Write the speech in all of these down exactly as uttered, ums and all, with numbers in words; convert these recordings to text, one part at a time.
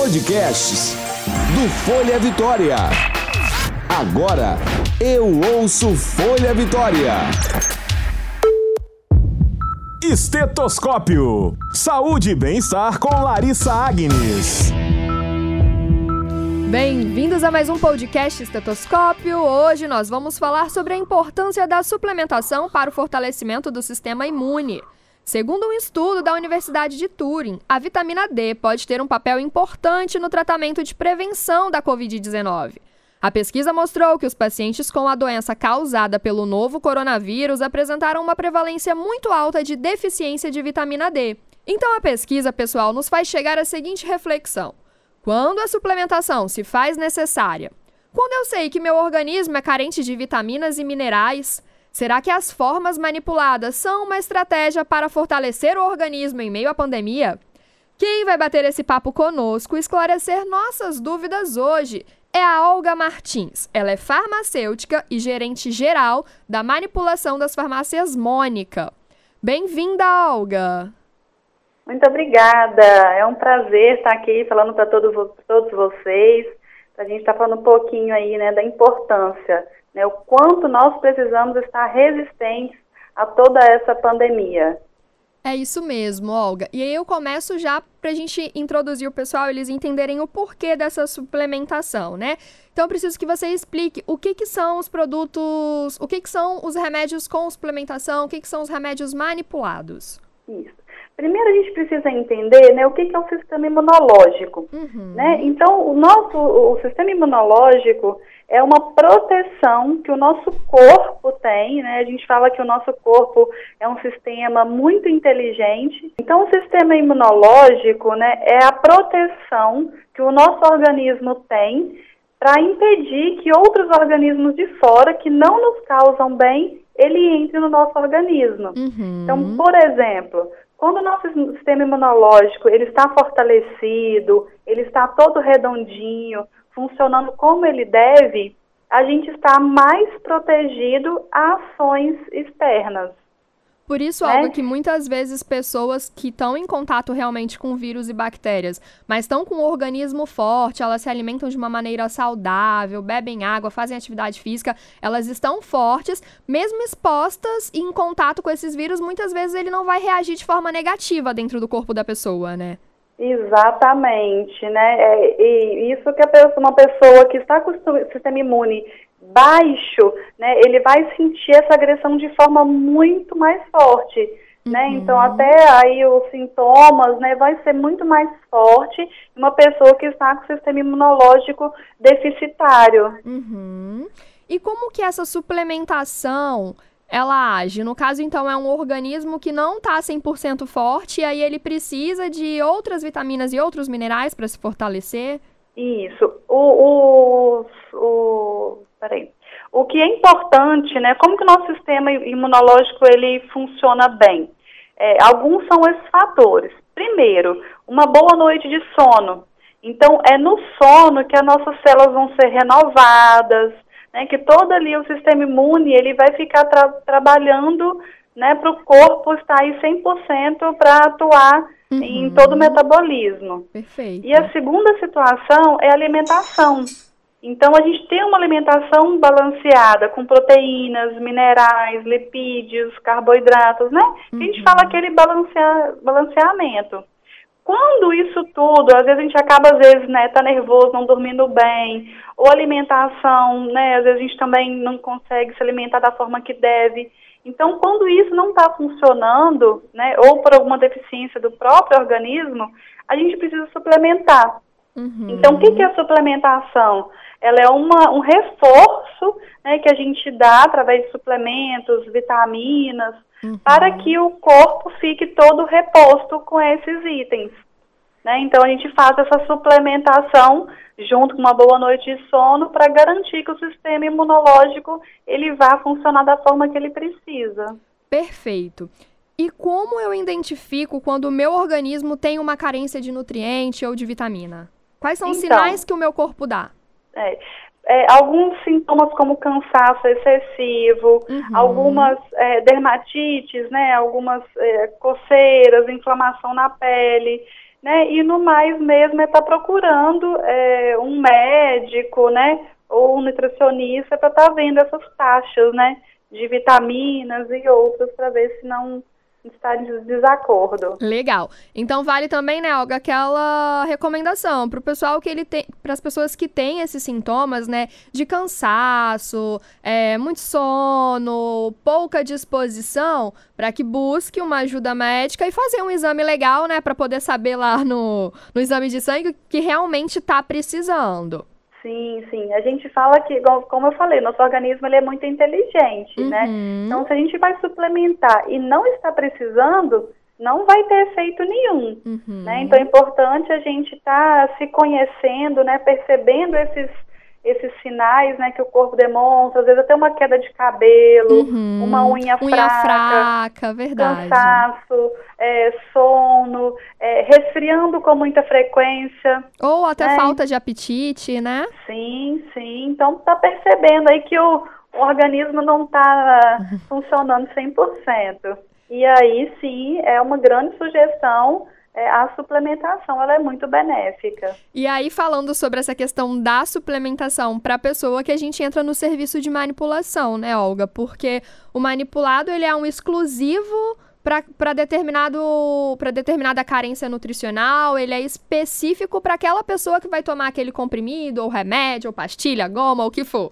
Podcasts do Folha Vitória. Agora eu ouço Folha Vitória. Estetoscópio. Saúde e bem-estar com Larissa Agnes. Bem-vindos a mais um podcast Estetoscópio. Hoje nós vamos falar sobre a importância da suplementação para o fortalecimento do sistema imune. Segundo um estudo da Universidade de Turim, a vitamina D pode ter um papel importante no tratamento de prevenção da covid dezenove. A pesquisa mostrou que os pacientes com a doença causada pelo novo coronavírus apresentaram uma prevalência muito alta de deficiência de vitamina D. Então a pesquisa, pessoal, nos faz chegar à seguinte reflexão. Quando a suplementação se faz necessária? Quando eu sei que meu organismo é carente de vitaminas e minerais? Será que as formas manipuladas são uma estratégia para fortalecer o organismo em meio à pandemia? Quem vai bater esse papo conosco e esclarecer nossas dúvidas hoje é a Olga Martins. Ela é farmacêutica e gerente geral da manipulação das farmácias Mônica. Bem-vinda, Olga! Muito obrigada, é um prazer estar aqui falando para todos, todos vocês, para a gente estar falando um pouquinho aí, né, da importância, né, o quanto nós precisamos estar resistentes a toda essa pandemia. É isso mesmo, Olga. E aí eu começo já para a gente introduzir o pessoal, eles entenderem o porquê dessa suplementação, né? Então eu preciso que você explique o que que são os produtos, o que que são os remédios com suplementação, o que que são os remédios manipulados. Isso. Primeiro a gente precisa entender, né, o que que é o sistema imunológico, uhum. né? Então o nosso o sistema imunológico é uma proteção que o nosso corpo tem, né? A gente fala que o nosso corpo é um sistema muito inteligente. Então o sistema imunológico, né, é a proteção que o nosso organismo tem para impedir que outros organismos de fora que não nos causam bem, ele entre no nosso organismo. Uhum. Então, por exemplo, quando o nosso sistema imunológico ele está fortalecido, ele está todo redondinho, funcionando como ele deve, a gente está mais protegido a ações externas. Por isso, né? Olga, que muitas vezes pessoas que estão em contato realmente com vírus e bactérias, mas estão com um organismo forte, elas se alimentam de uma maneira saudável, bebem água, fazem atividade física, elas estão fortes, mesmo expostas e em contato com esses vírus, muitas vezes ele não vai reagir de forma negativa dentro do corpo da pessoa, né? Exatamente, né? É, e isso que a pessoa, uma pessoa que está com o sistema imune baixo, né, ele vai sentir essa agressão de forma muito mais forte, uhum. né? Então até aí os sintomas, né, vai ser muito mais forte uma pessoa que está com o sistema imunológico deficitário. Uhum. E como que essa suplementação ela age? No caso, então, é um organismo que não está cem por cento forte e aí ele precisa de outras vitaminas e outros minerais para se fortalecer? Isso. O, o, o, peraí. O que é importante, né? Como que o nosso sistema imunológico ele funciona bem? É, alguns são esses fatores. Primeiro, uma boa noite de sono. Então, é no sono que as nossas células vão ser renovadas, né, que todo ali o sistema imune ele vai ficar tra trabalhando, né, para o corpo estar aí cem por cento para atuar uhum. em todo o metabolismo. Perfeito. E a segunda situação é a alimentação. Então a gente tem uma alimentação balanceada com proteínas, minerais, lipídios, carboidratos, né? Uhum. Que a gente fala aquele balancea balanceamento. Quando isso tudo, às vezes a gente acaba, às vezes, né, tá nervoso, não dormindo bem, ou alimentação, né, às vezes a gente também não consegue se alimentar da forma que deve. Então, quando isso não está funcionando, né, ou por alguma deficiência do próprio organismo, a gente precisa suplementar. Uhum. Então, o que que é a suplementação? Ela é uma, um reforço, né, que a gente dá através de suplementos, vitaminas, uhum. para que o corpo fique todo reposto com esses itens. Né? Então, a gente faz essa suplementação junto com uma boa noite de sono para garantir que o sistema imunológico ele vá funcionar da forma que ele precisa. Perfeito. E como eu identifico quando o meu organismo tem uma carência de nutriente ou de vitamina? Quais são os então, sinais que o meu corpo dá? É, é, alguns sintomas como cansaço excessivo, uhum. algumas é, dermatites, né, algumas é, coceiras, inflamação na pele, né? E no mais mesmo é estar procurando é, um médico, né? Ou um nutricionista para estar vendo essas taxas, né? De vitaminas e outras para ver se não está em desacordo. Legal. Então vale também, né, Olga, aquela recomendação para o pessoal que ele tem, para as pessoas que têm esses sintomas, né, de cansaço, é, muito sono, pouca disposição, para que busque uma ajuda médica e fazer um exame legal, né, para poder saber lá no, no exame de sangue que realmente está precisando. Sim, sim. A gente fala que, como eu falei, nosso organismo ele é muito inteligente, uhum. né? Então, se a gente vai suplementar e não está precisando, não vai ter efeito nenhum, uhum. né? Então, é importante a gente estar tá se conhecendo, né? Percebendo esses, esses sinais, né? Que o corpo demonstra. Às vezes até uma queda de cabelo, uhum. uma unha, unha fraca, fraca, verdade. cansaço, é, sono, é, resfriando com muita frequência. Ou até né? falta de apetite, né? Sim, sim. Então, tá percebendo aí que o, o organismo não está funcionando cem por cento. E aí, sim, é uma grande sugestão. É, a suplementação, ela é muito benéfica. E aí, falando sobre essa questão da suplementação para a pessoa, que a gente entra no serviço de manipulação, né, Olga? Porque o manipulado, ele é um exclusivo para determinado, para determinada carência nutricional, ele é específico para aquela pessoa que vai tomar aquele comprimido, ou remédio, ou pastilha, goma, ou o que for.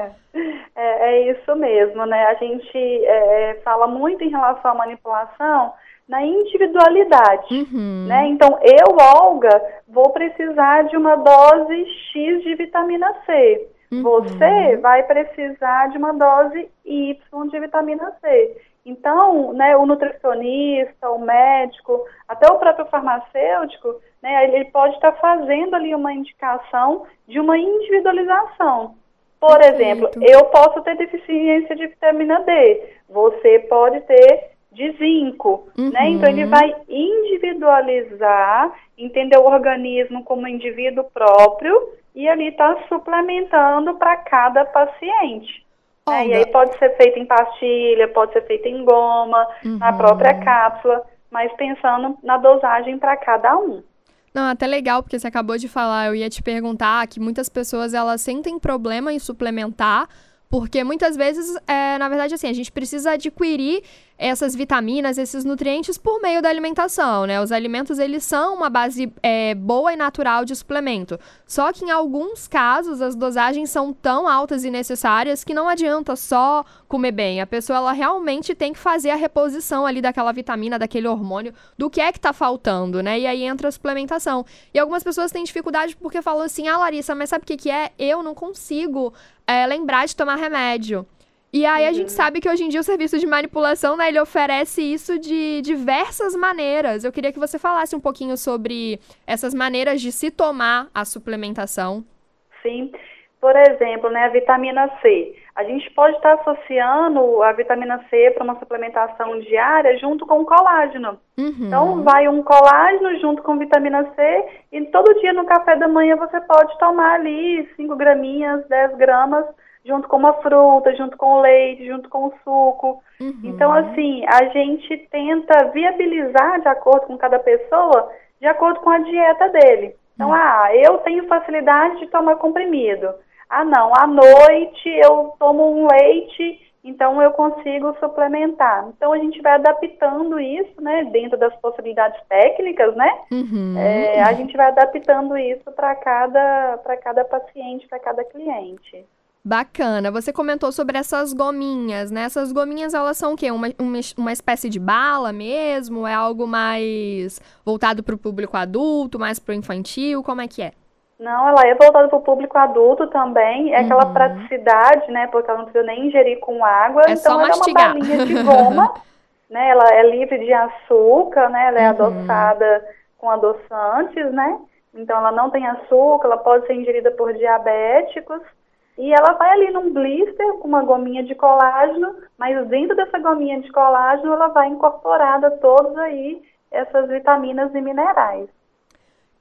É, é isso mesmo, né? A gente é, fala muito em relação à manipulação na individualidade, uhum. né? Então, eu, Olga, vou precisar de uma dose X de vitamina C. Uhum. Você vai precisar de uma dose Y de vitamina C. Então, né, o nutricionista, o médico, até o próprio farmacêutico, né, ele pode estar fazendo ali uma indicação de uma individualização. Por Perfeito. exemplo, eu posso ter deficiência de vitamina D, você pode ter de zinco, uhum. né? Então ele vai individualizar, entender o organismo como indivíduo próprio e ali está suplementando para cada paciente. Né? E aí pode ser feito em pastilha, pode ser feito em goma, uhum. na própria cápsula, mas pensando na dosagem para cada um. Não, até legal, porque você acabou de falar, eu ia te perguntar que muitas pessoas, elas sentem problema em suplementar, porque muitas vezes, é, na verdade, assim, a gente precisa adquirir essas vitaminas, esses nutrientes por meio da alimentação, né? Os alimentos, eles são uma base é, boa e natural de suplemento. Só que em alguns casos, as dosagens são tão altas e necessárias que não adianta só comer bem. A pessoa, ela realmente tem que fazer a reposição ali daquela vitamina, daquele hormônio, do que é que tá faltando, né? E aí entra a suplementação. E algumas pessoas têm dificuldade porque falam assim, ah, Larissa, mas sabe o que que é? Eu não consigo é, lembrar de tomar remédio. E aí a Uhum. gente sabe que hoje em dia o serviço de manipulação, né, ele oferece isso de diversas maneiras. Eu queria que você falasse um pouquinho sobre essas maneiras de se tomar a suplementação. Sim. Por exemplo, né, a vitamina C. A gente pode estar associando a vitamina C para uma suplementação diária junto com o colágeno. Uhum. Então, vai um colágeno junto com vitamina C e todo dia no café da manhã você pode tomar ali cinco graminhas, dez gramas, junto com uma fruta, junto com o leite, junto com o suco. Uhum. Então, assim, a gente tenta viabilizar de acordo com cada pessoa, de acordo com a dieta dele. Então, uhum. ah, eu tenho facilidade de tomar comprimido. Ah, não, à noite eu tomo um leite, então eu consigo suplementar. Então, a gente vai adaptando isso, né, dentro das possibilidades técnicas, né? Uhum. É, a gente vai adaptando isso para cada, para cada paciente, para cada cliente. Bacana. Você comentou sobre essas gominhas, né? Essas gominhas, elas são o quê? Uma, uma, uma espécie de bala mesmo? É algo mais voltado para o público adulto, mais para o infantil? Como é que é? Não, ela é voltada para o público adulto também. É uhum. aquela praticidade, né? Porque ela não precisa nem ingerir com água. É então, só ela mastigar. é uma balinha de goma, né? Ela é livre de açúcar, né? Ela é uhum. adoçada com adoçantes, né? Então, ela não tem açúcar, ela pode ser ingerida por diabéticos. E ela vai ali num blister com uma gominha de colágeno, mas dentro dessa gominha de colágeno ela vai incorporada todas aí essas vitaminas e minerais.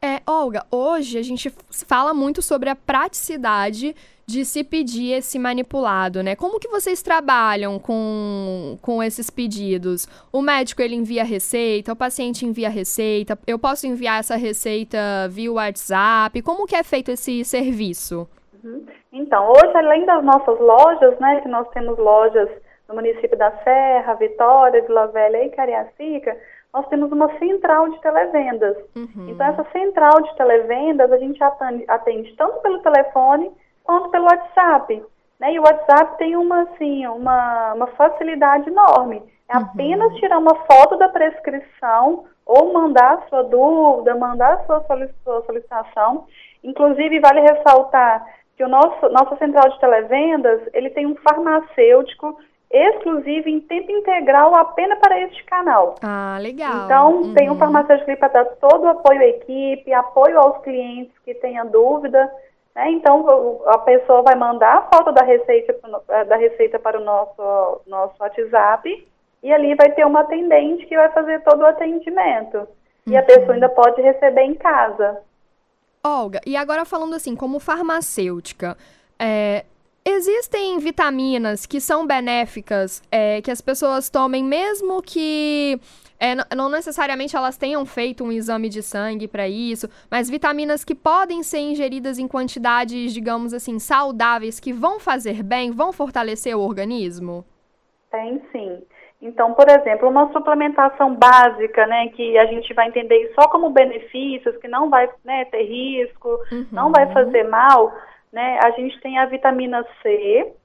É, Olga, hoje a gente fala muito sobre a praticidade de se pedir esse manipulado, né? Como que vocês trabalham com, com esses pedidos? O médico, ele envia a receita, o paciente envia a receita, eu posso enviar essa receita via WhatsApp? Como que é feito esse serviço? Uhum. Então, hoje, além das nossas lojas, né, que nós temos lojas no município da Serra, Vitória, Vila Velha e Cariacica, nós temos uma central de televendas. Uhum. Então, essa central de televendas, a gente atende, atende tanto pelo telefone quanto pelo WhatsApp, né? E o WhatsApp tem uma, assim, uma, uma facilidade enorme. É uhum. apenas tirar uma foto da prescrição ou mandar a sua dúvida, mandar a sua solicitação. Inclusive, vale ressaltar que o nosso, nossa central de televendas, ele tem um farmacêutico exclusivo em tempo integral apenas para este canal. Ah, legal. Então, uhum. tem um farmacêutico ali para dar todo o apoio à equipe, apoio aos clientes que tenham dúvida. Né? Então, a pessoa vai mandar a foto da receita, da receita para o nosso, nosso WhatsApp e ali vai ter uma atendente que vai fazer todo o atendimento. Uhum. E a pessoa ainda pode receber em casa. Olga, e agora falando assim, como farmacêutica, é, existem vitaminas que são benéficas, é, que as pessoas tomem mesmo que... É, não necessariamente elas tenham feito um exame de sangue para isso, mas vitaminas que podem ser ingeridas em quantidades, digamos assim, saudáveis, que vão fazer bem, vão fortalecer o organismo? Tem sim. Então, por exemplo, uma suplementação básica, né, que a gente vai entender só como benefícios, que não vai, né, ter risco, uhum. não vai fazer mal, né, a gente tem a vitamina C,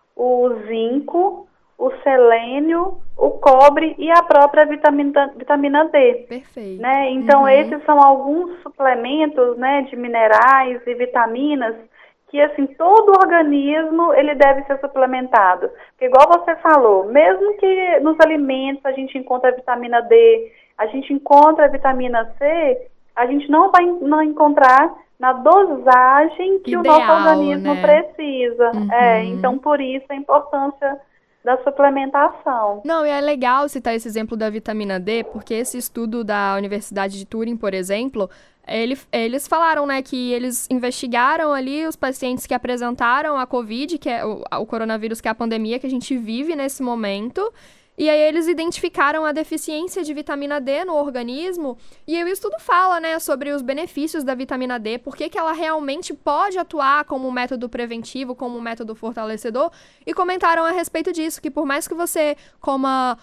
o zinco, o selênio, o cobre e a própria vitamina, vitamina D. Perfeito. Né? Então, uhum. esses são alguns suplementos, né, de minerais e vitaminas que, assim, todo organismo, ele deve ser suplementado. Porque, igual você falou, mesmo que nos alimentos a gente encontra a vitamina D, a gente encontra a vitamina C, a gente não vai não encontrar na dosagem que Ideal, o nosso organismo né? precisa. Uhum. É, então, por isso, a importância da suplementação. Não, e é legal citar esse exemplo da vitamina D, porque esse estudo da Universidade de Turim, por exemplo, ele, eles falaram, né, que eles investigaram ali os pacientes que apresentaram a Covid, que é o, o coronavírus, que é a pandemia que a gente vive nesse momento, e aí eles identificaram a deficiência de vitamina D no organismo, e aí o estudo fala, né, sobre os benefícios da vitamina D, por que que ela realmente pode atuar como um método preventivo, como um método fortalecedor, e comentaram a respeito disso, que por mais que você coma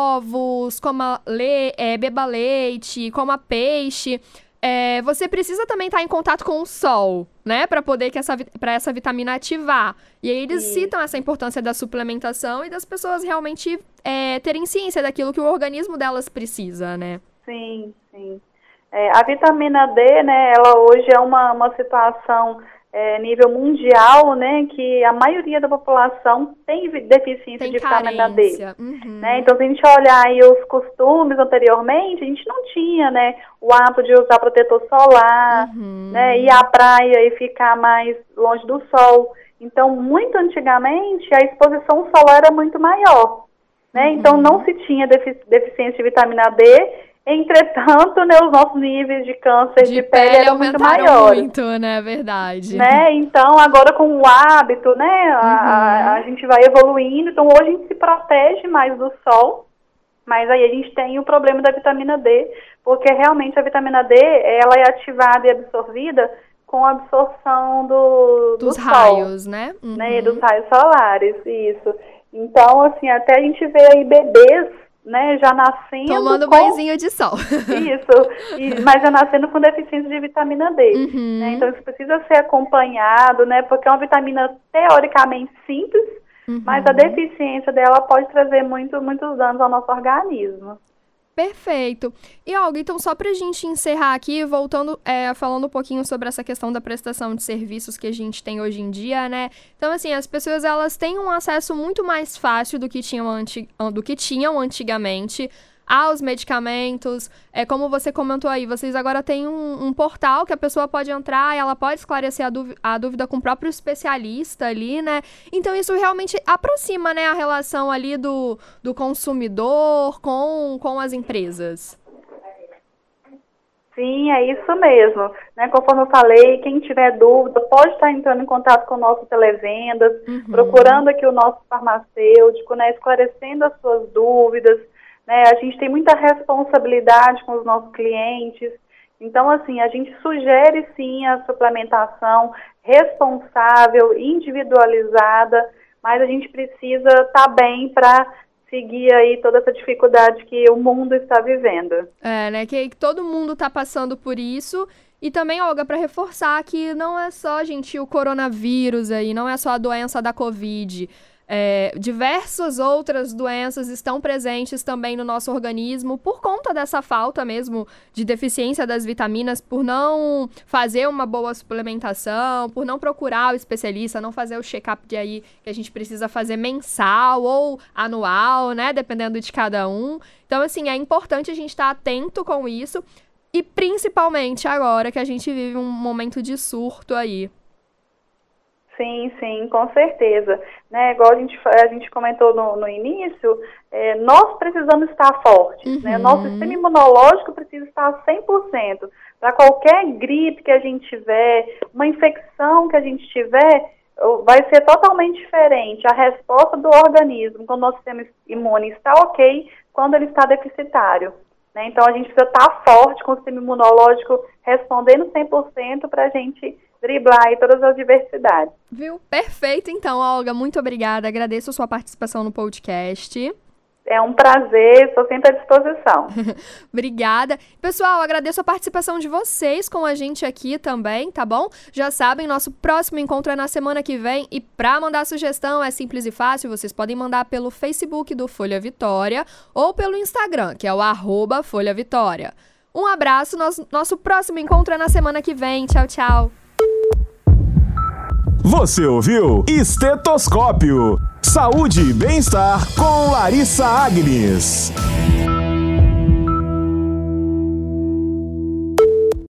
ovos, coma le- é, beba leite, coma peixe, é, você precisa também estar em contato com o sol, né, para poder que essa, para essa vitamina ativar. E aí eles Sim. citam essa importância da suplementação e das pessoas realmente é, terem ciência daquilo que o organismo delas precisa, né? Sim, sim. É, a vitamina D, né, ela hoje é uma, uma situação é, nível mundial, né, que a maioria da população tem deficiência tem de vitamina D. Uhum. Né? Então, se a gente olhar aí os costumes anteriormente, a gente não tinha, né, o hábito de usar protetor solar, uhum. né, ir à praia e ficar mais longe do sol. Então, muito antigamente, a exposição solar era muito maior. Né? Uhum. Então, não se tinha defici- deficiência de vitamina D. Entretanto, né, os nossos níveis de câncer de, de pele, pele eram muito maiores. muito, né? Verdade. Né? Então, agora com o hábito, né, a, uhum. a, a gente vai evoluindo. Então, hoje a gente se protege mais do sol, mas aí a gente tem o problema da vitamina D, porque realmente a vitamina D, ela é ativada e absorvida com a absorção do, dos do raios, sol, né? Uhum. né? Dos raios solares, isso. Então, assim, até a gente vê aí bebês, né, já nascendo tomando com... banhozinho de sol. Isso, e, mas já nascendo com deficiência de vitamina D. Uhum. Né? Então isso precisa ser acompanhado, né, porque é uma vitamina teoricamente simples, uhum. mas a deficiência dela pode trazer muito, muitos danos ao nosso organismo. Perfeito. E, Olga, então só pra gente encerrar aqui, voltando, é, falando um pouquinho sobre essa questão da prestação de serviços que a gente tem hoje em dia, né? Então, assim, as pessoas, elas têm um acesso muito mais fácil do que tinham, anti- do que tinham antigamente aos medicamentos. É, como você comentou aí, vocês agora têm um, um portal que a pessoa pode entrar e ela pode esclarecer a, dúvida, a dúvida com o próprio especialista ali, né? Então, isso realmente aproxima, né, a relação ali do, do consumidor com, com as empresas. Sim, é isso mesmo. Né? Conforme eu falei, quem tiver dúvida pode estar entrando em contato com o nosso televendas, uhum. procurando aqui o nosso farmacêutico, né? Esclarecendo as suas dúvidas. Né? A gente tem muita responsabilidade com os nossos clientes. Então, assim, a gente sugere sim a suplementação responsável, individualizada, mas a gente precisa estar bem para seguir aí toda essa dificuldade que o mundo está vivendo. É, né, que, que todo mundo está passando por isso. E também, Olga, para reforçar que não é só, gente, o coronavírus aí, não é só a doença da Covid. É, diversas outras doenças estão presentes também no nosso organismo por conta dessa falta mesmo de deficiência das vitaminas, por não fazer uma boa suplementação, por não procurar o especialista, não fazer o check-up de aí que a gente precisa fazer mensal ou anual, né, dependendo de cada um. Então, assim, é importante a gente estar atento com isso e principalmente agora que a gente vive um momento de surto aí. Sim, sim, com certeza. Né, igual a gente, a gente comentou no, no início, é, nós precisamos estar fortes. Uhum. Né? Nosso sistema imunológico precisa estar cem por cento. Para qualquer gripe que a gente tiver, uma infecção que a gente tiver, vai ser totalmente diferente a resposta do organismo quando o nosso sistema imune está ok, quando ele está deficitário. Né? Então, a gente precisa estar forte com o sistema imunológico respondendo cem por cento para a gente driblar aí todas as diversidades. Viu? Perfeito, então, Olga. Muito obrigada. Agradeço a sua participação no podcast. É um prazer, estou sempre à disposição. Obrigada. Pessoal, agradeço a participação de vocês com a gente aqui também, tá bom? Já sabem, nosso próximo encontro é na semana que vem e para mandar sugestão é simples e fácil, vocês podem mandar pelo Facebook do Folha Vitória ou pelo Instagram, que é o arroba Folha Vitória. Um abraço, nosso, nosso próximo encontro é na semana que vem. Tchau, tchau. Você ouviu Estetoscópio. Saúde e bem-estar com Larissa Agnes.